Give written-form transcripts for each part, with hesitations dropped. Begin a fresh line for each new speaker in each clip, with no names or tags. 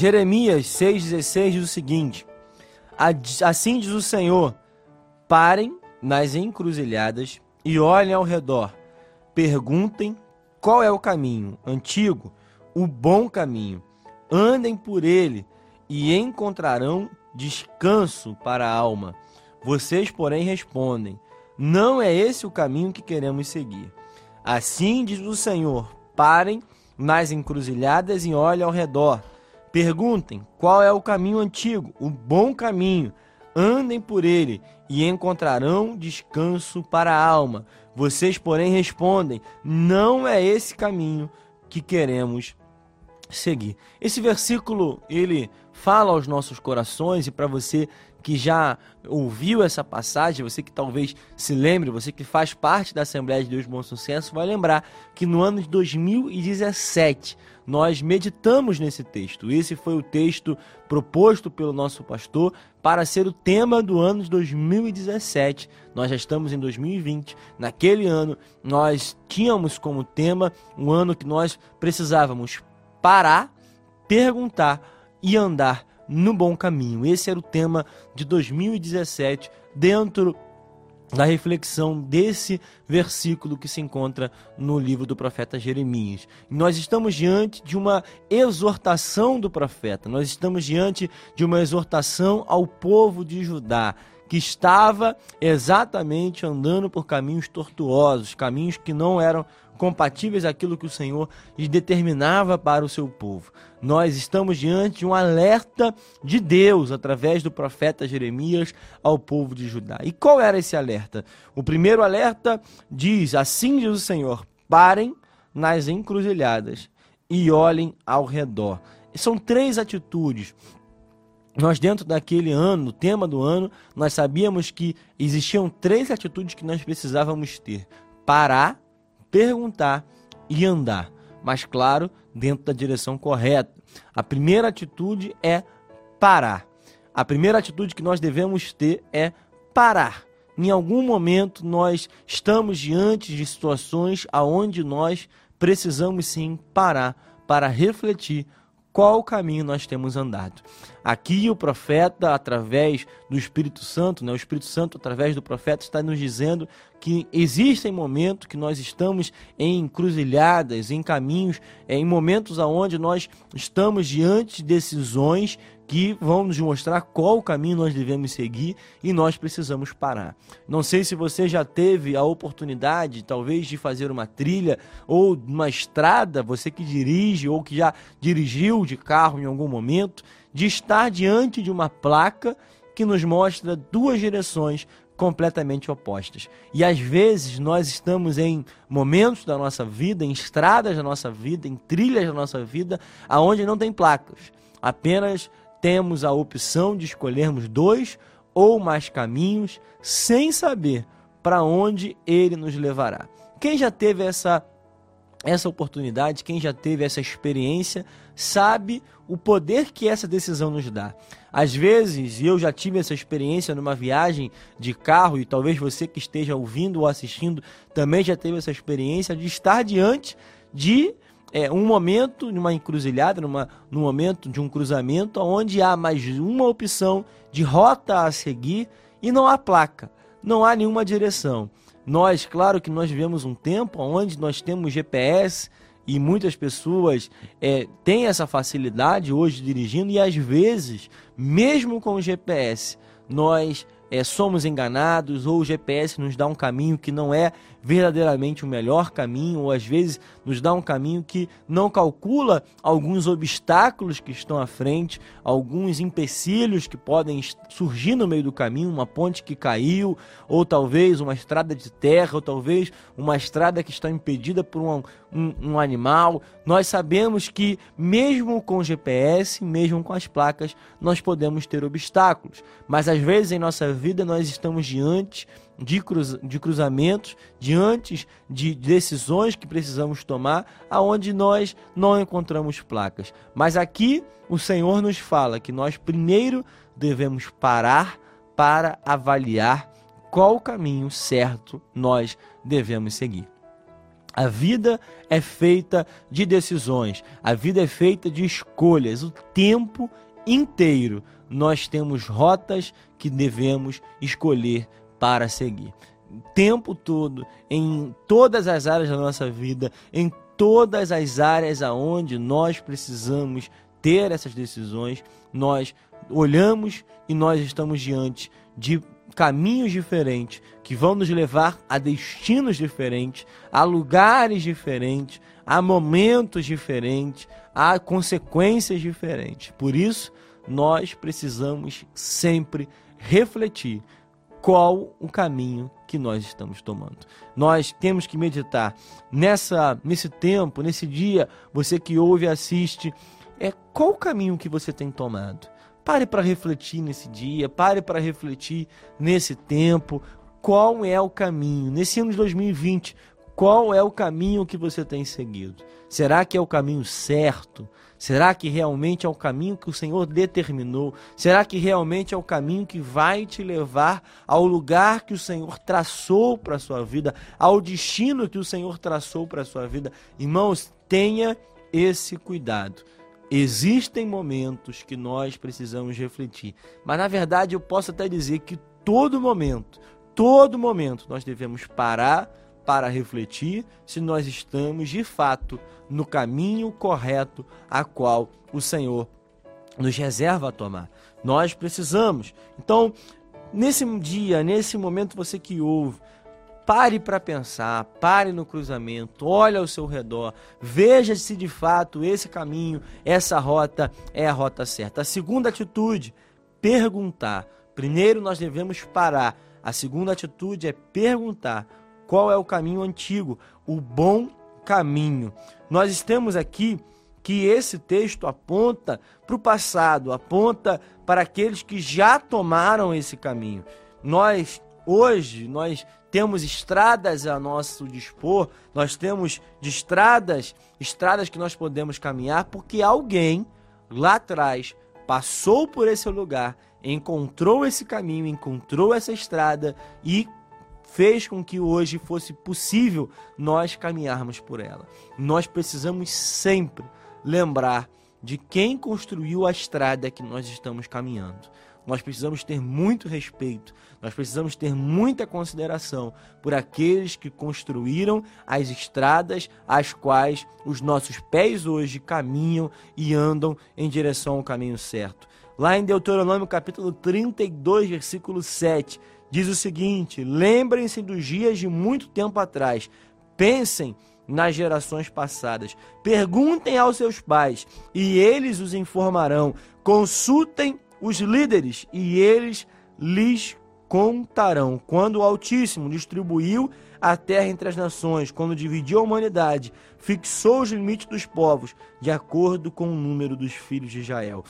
Jeremias 6,16 diz o seguinte: assim diz o Senhor, parem nas encruzilhadas e olhem ao redor, perguntem qual é o caminho antigo, o bom caminho, andem por ele e encontrarão descanso para a alma. Vocês, porém, respondem, não é esse o caminho que queremos seguir. Assim diz o Senhor, parem nas encruzilhadas e olhem ao redor. Perguntem qual é o caminho antigo, o bom caminho. Andem por ele e encontrarão descanso para a alma. Vocês, porém, respondem, não é esse caminho que queremos seguir. Esse versículo, ele fala aos nossos corações, e para você que já ouviu essa passagem, você que talvez se lembre, você que faz parte da Assembleia de Deus Bom Sucesso, vai lembrar que no ano de 2017 nós meditamos nesse texto. Esse foi o texto proposto pelo nosso pastor para ser o tema do ano de 2017. Nós já estamos em 2020. Naquele ano nós tínhamos como tema um ano que nós precisávamos parar, perguntar e andar no bom caminho. Esse era o tema de 2017 dentro da reflexão desse versículo que se encontra no livro do profeta Jeremias. Nós estamos diante de uma exortação do profeta, nós estamos diante de uma exortação ao povo de Judá, que estava exatamente andando por caminhos tortuosos, caminhos que não eram compatíveis àquilo que o Senhor lhe determinava para o seu povo. Nós estamos diante de um alerta de Deus, através do profeta Jeremias, ao povo de Judá. E qual era esse alerta? O primeiro alerta diz, assim diz o Senhor, parem nas encruzilhadas e olhem ao redor. São 3 atitudes. Nós, dentro daquele ano, no tema do ano, nós sabíamos que existiam 3 atitudes que nós precisávamos ter: parar, perguntar e andar, mas claro, dentro da direção correta. A primeira atitude é parar. A primeira atitude que nós devemos ter é parar. Em algum momento nós estamos diante de situações aonde nós precisamos sim parar para refletir qual caminho nós temos andado. Aqui o profeta, através do Espírito Santo, o Espírito Santo, através do profeta, está nos dizendo que existem momentos que nós estamos em encruzilhadas, em caminhos, em momentos onde nós estamos diante de decisões que vão nos mostrar qual caminho nós devemos seguir e nós precisamos parar. Não sei se você já teve a oportunidade, talvez, de fazer uma trilha ou uma estrada, você que dirige ou que já dirigiu de carro em algum momento, de estar diante de uma placa que nos mostra 2 direções completamente opostas. E às vezes nós estamos em momentos da nossa vida, em estradas da nossa vida, em trilhas da nossa vida, aonde não tem placas. Apenas temos a opção de escolhermos 2 ou mais caminhos sem saber para onde ele nos levará. Quem já teve essa oportunidade, quem já teve essa experiência, sabe o poder que essa decisão nos dá. Às vezes, eu já tive essa experiência numa viagem de carro, e talvez você que esteja ouvindo ou assistindo também já teve essa experiência de estar diante de um momento, numa encruzilhada, num momento de um cruzamento, onde há mais uma opção de rota a seguir e não há placa, não há nenhuma direção. Nós, claro que nós vivemos um tempo onde nós temos GPS e muitas pessoas têm essa facilidade hoje dirigindo, e às vezes, mesmo com o GPS, nós somos enganados, ou o GPS nos dá um caminho que não é verdadeiramente o melhor caminho, ou às vezes nos dá um caminho que não calcula alguns obstáculos que estão à frente, alguns empecilhos que podem surgir no meio do caminho, uma ponte que caiu, ou talvez uma estrada de terra, ou talvez uma estrada que está impedida por um animal. Nós sabemos que mesmo com o GPS, mesmo com as placas, nós podemos ter obstáculos, mas às vezes em nossa vida nós estamos diante de cruzamentos, diante de decisões que precisamos tomar, aonde nós não encontramos placas. Mas aqui o Senhor nos fala que nós primeiro devemos parar para avaliar qual caminho certo nós devemos seguir. A vida é feita de decisões, a vida é feita de escolhas. O tempo inteiro nós temos rotas que devemos escolher para seguir. O tempo todo, em todas as áreas da nossa vida, em todas as áreas aonde nós precisamos ter essas decisões, nós olhamos e nós estamos diante de caminhos diferentes que vão nos levar a destinos diferentes, a lugares diferentes, a momentos diferentes, a consequências diferentes. Por isso, nós precisamos sempre refletir qual o caminho que nós estamos tomando. Nós temos que meditar nesse tempo, nesse dia, você que ouve e assiste, qual o caminho que você tem tomado? Pare para refletir nesse dia, pare para refletir nesse tempo, qual é o caminho, nesse ano de 2020, qual é o caminho que você tem seguido? Será que é o caminho certo? Será que realmente é o caminho que o Senhor determinou? Será que realmente é o caminho que vai te levar ao lugar que o Senhor traçou para a sua vida, ao destino que o Senhor traçou para a sua vida? Irmãos, tenha esse cuidado. Existem momentos que nós precisamos refletir, mas na verdade eu posso até dizer que todo momento nós devemos parar para refletir se nós estamos de fato no caminho correto a qual o Senhor nos reserva a tomar. Nós precisamos. Então, nesse dia, nesse momento, você que ouve, pare para pensar, pare no cruzamento, olhe ao seu redor, veja se de fato esse caminho, essa rota é a rota certa. A segunda atitude, perguntar. Primeiro nós devemos parar. A segunda atitude é perguntar qual é o caminho antigo, o bom caminho. Nós temos aqui que esse texto aponta para o passado, aponta para aqueles que já tomaram esse caminho. Hoje, nós temos estradas a nosso dispor, nós temos estradas que nós podemos caminhar, porque alguém lá atrás passou por esse lugar, encontrou esse caminho, encontrou essa estrada e fez com que hoje fosse possível nós caminharmos por ela. Nós precisamos sempre lembrar de quem construiu a estrada que nós estamos caminhando. Nós precisamos ter muito respeito, nós precisamos ter muita consideração por aqueles que construíram as estradas às quais os nossos pés hoje caminham e andam em direção ao caminho certo. Lá em Deuteronômio capítulo 32, versículo 7, diz o seguinte: lembrem-se dos dias de muito tempo atrás, pensem nas gerações passadas, perguntem aos seus pais e eles os informarão, consultem os líderes e eles lhes contarão. Quando o Altíssimo distribuiu a terra entre as nações, quando dividiu a humanidade, fixou os limites dos povos de acordo com o número dos filhos de Israel.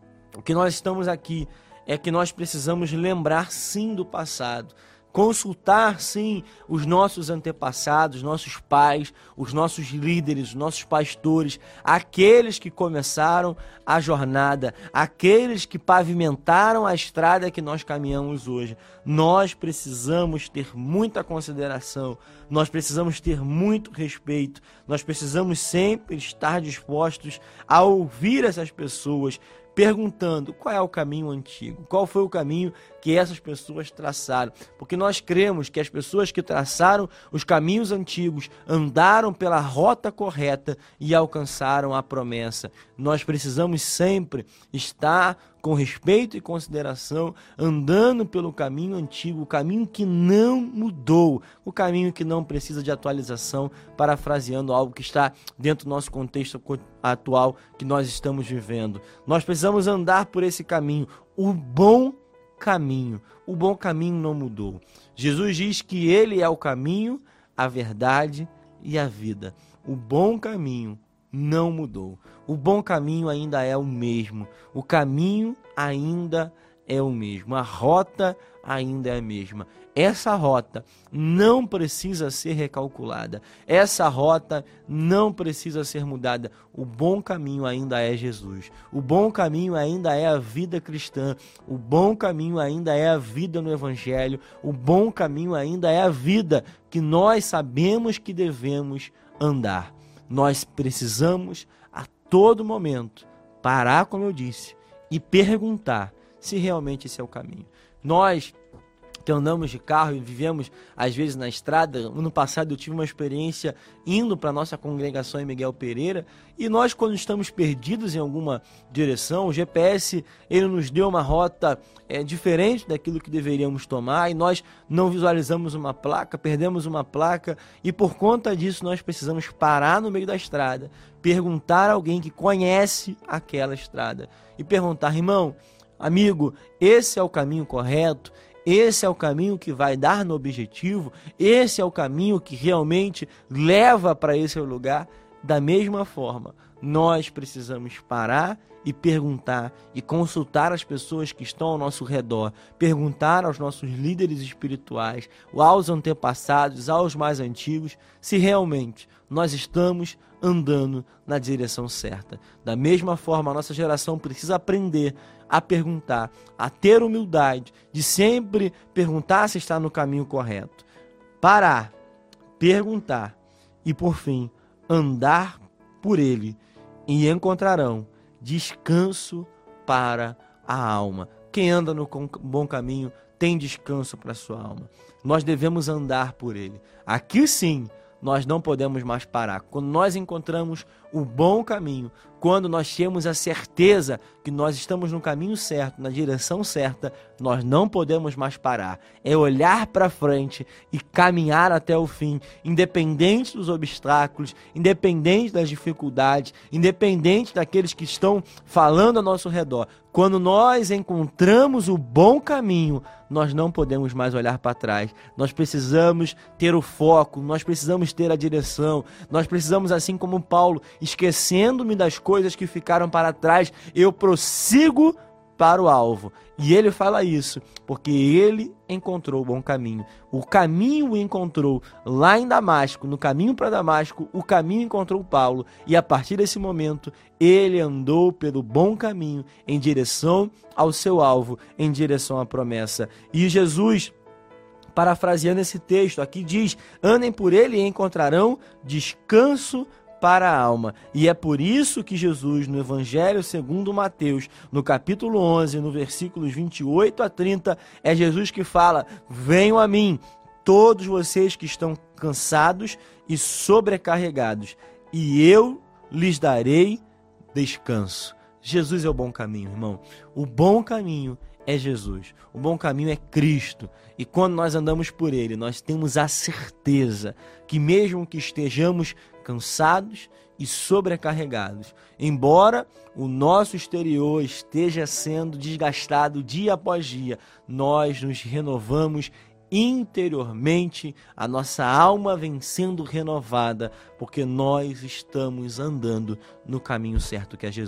O que nós estamos aqui é que nós precisamos lembrar sim do passado, consultar sim os nossos antepassados, nossos pais, os nossos líderes, os nossos pastores, aqueles que começaram a jornada, aqueles que pavimentaram a estrada que nós caminhamos hoje. Nós precisamos ter muita consideração, nós precisamos ter muito respeito, nós precisamos sempre estar dispostos a ouvir essas pessoas, perguntando qual é o caminho antigo, qual foi o caminho que essas pessoas traçaram, porque nós cremos que as pessoas que traçaram os caminhos antigos andaram pela rota correta e alcançaram a promessa. Nós precisamos sempre estar com respeito e consideração, andando pelo caminho antigo, o caminho que não mudou, o caminho que não precisa de atualização, parafraseando algo que está dentro do nosso contexto atual que nós estamos vivendo. Nós precisamos andar por esse caminho, o bom caminho. O bom caminho não mudou. Jesus diz que Ele é o caminho, a verdade e a vida. O bom caminho não mudou. O bom caminho ainda é o mesmo. O caminho ainda é o mesmo. A rota ainda é a mesma. essa rota não precisa ser recalculada. Essa rota não precisa ser mudada. O bom caminho ainda é Jesus. O bom caminho ainda é a vida cristã. O bom caminho ainda é a vida no Evangelho. O bom caminho ainda é a vida que nós sabemos que devemos andar. Nós precisamos a todo momento parar, como eu disse, e perguntar se realmente esse é o caminho. Nós que andamos de carro e vivemos às vezes na estrada, ano passado eu tive uma experiência indo para a nossa congregação em Miguel Pereira, e nós, quando estamos perdidos em alguma direção, o GPS ele nos deu uma rota diferente daquilo que deveríamos tomar, e nós não visualizamos uma placa, perdemos uma placa, e por conta disso nós precisamos parar no meio da estrada, perguntar a alguém que conhece aquela estrada e perguntar: irmão, amigo, esse é o caminho correto? Esse é o caminho que vai dar no objetivo? Esse é o caminho que realmente leva para esse lugar? Da mesma forma, nós precisamos parar e perguntar e consultar as pessoas que estão ao nosso redor, perguntar aos nossos líderes espirituais, aos antepassados, aos mais antigos, se realmente nós estamos andando na direção certa. Da mesma forma, a nossa geração precisa aprender a perguntar, a ter humildade de sempre perguntar se está no caminho correto. Parar, perguntar e, por fim, andar por ele, e encontrarão descanso para a alma. Quem anda no bom caminho tem descanso para a sua alma. Nós devemos andar por ele. Aqui sim, nós não podemos mais parar. Quando nós encontramos o bom caminho, quando nós temos a certeza que nós estamos no caminho certo, na direção certa, nós não podemos mais parar. É olhar para frente e caminhar até o fim, independente dos obstáculos, independente das dificuldades, independente daqueles que estão falando ao nosso redor. Quando nós encontramos o bom caminho, nós não podemos mais olhar para trás. Nós precisamos ter o foco, nós precisamos ter a direção, nós precisamos, assim como Paulo, esquecendo-me das coisas que ficaram para trás, eu prossigo para o alvo. E ele fala isso porque ele encontrou o bom caminho. O caminho o encontrou lá em Damasco, no caminho para Damasco, o caminho encontrou Paulo. E a partir desse momento, ele andou pelo bom caminho em direção ao seu alvo, em direção à promessa. E Jesus, parafraseando esse texto, aqui diz: andem por ele e encontrarão descanso para a alma. E é por isso que Jesus, no Evangelho segundo Mateus, no capítulo 11, no versículos 28 a 30, é Jesus que fala: venham a mim, todos vocês que estão cansados e sobrecarregados, e eu lhes darei descanso. Jesus é o bom caminho, irmão. O bom caminho é Jesus. O bom caminho é Cristo. E quando nós andamos por ele, nós temos a certeza que mesmo que estejamos cansados e sobrecarregados, embora o nosso exterior esteja sendo desgastado dia após dia, nós nos renovamos interiormente, a nossa alma vem sendo renovada, porque nós estamos andando no caminho certo que é Jesus.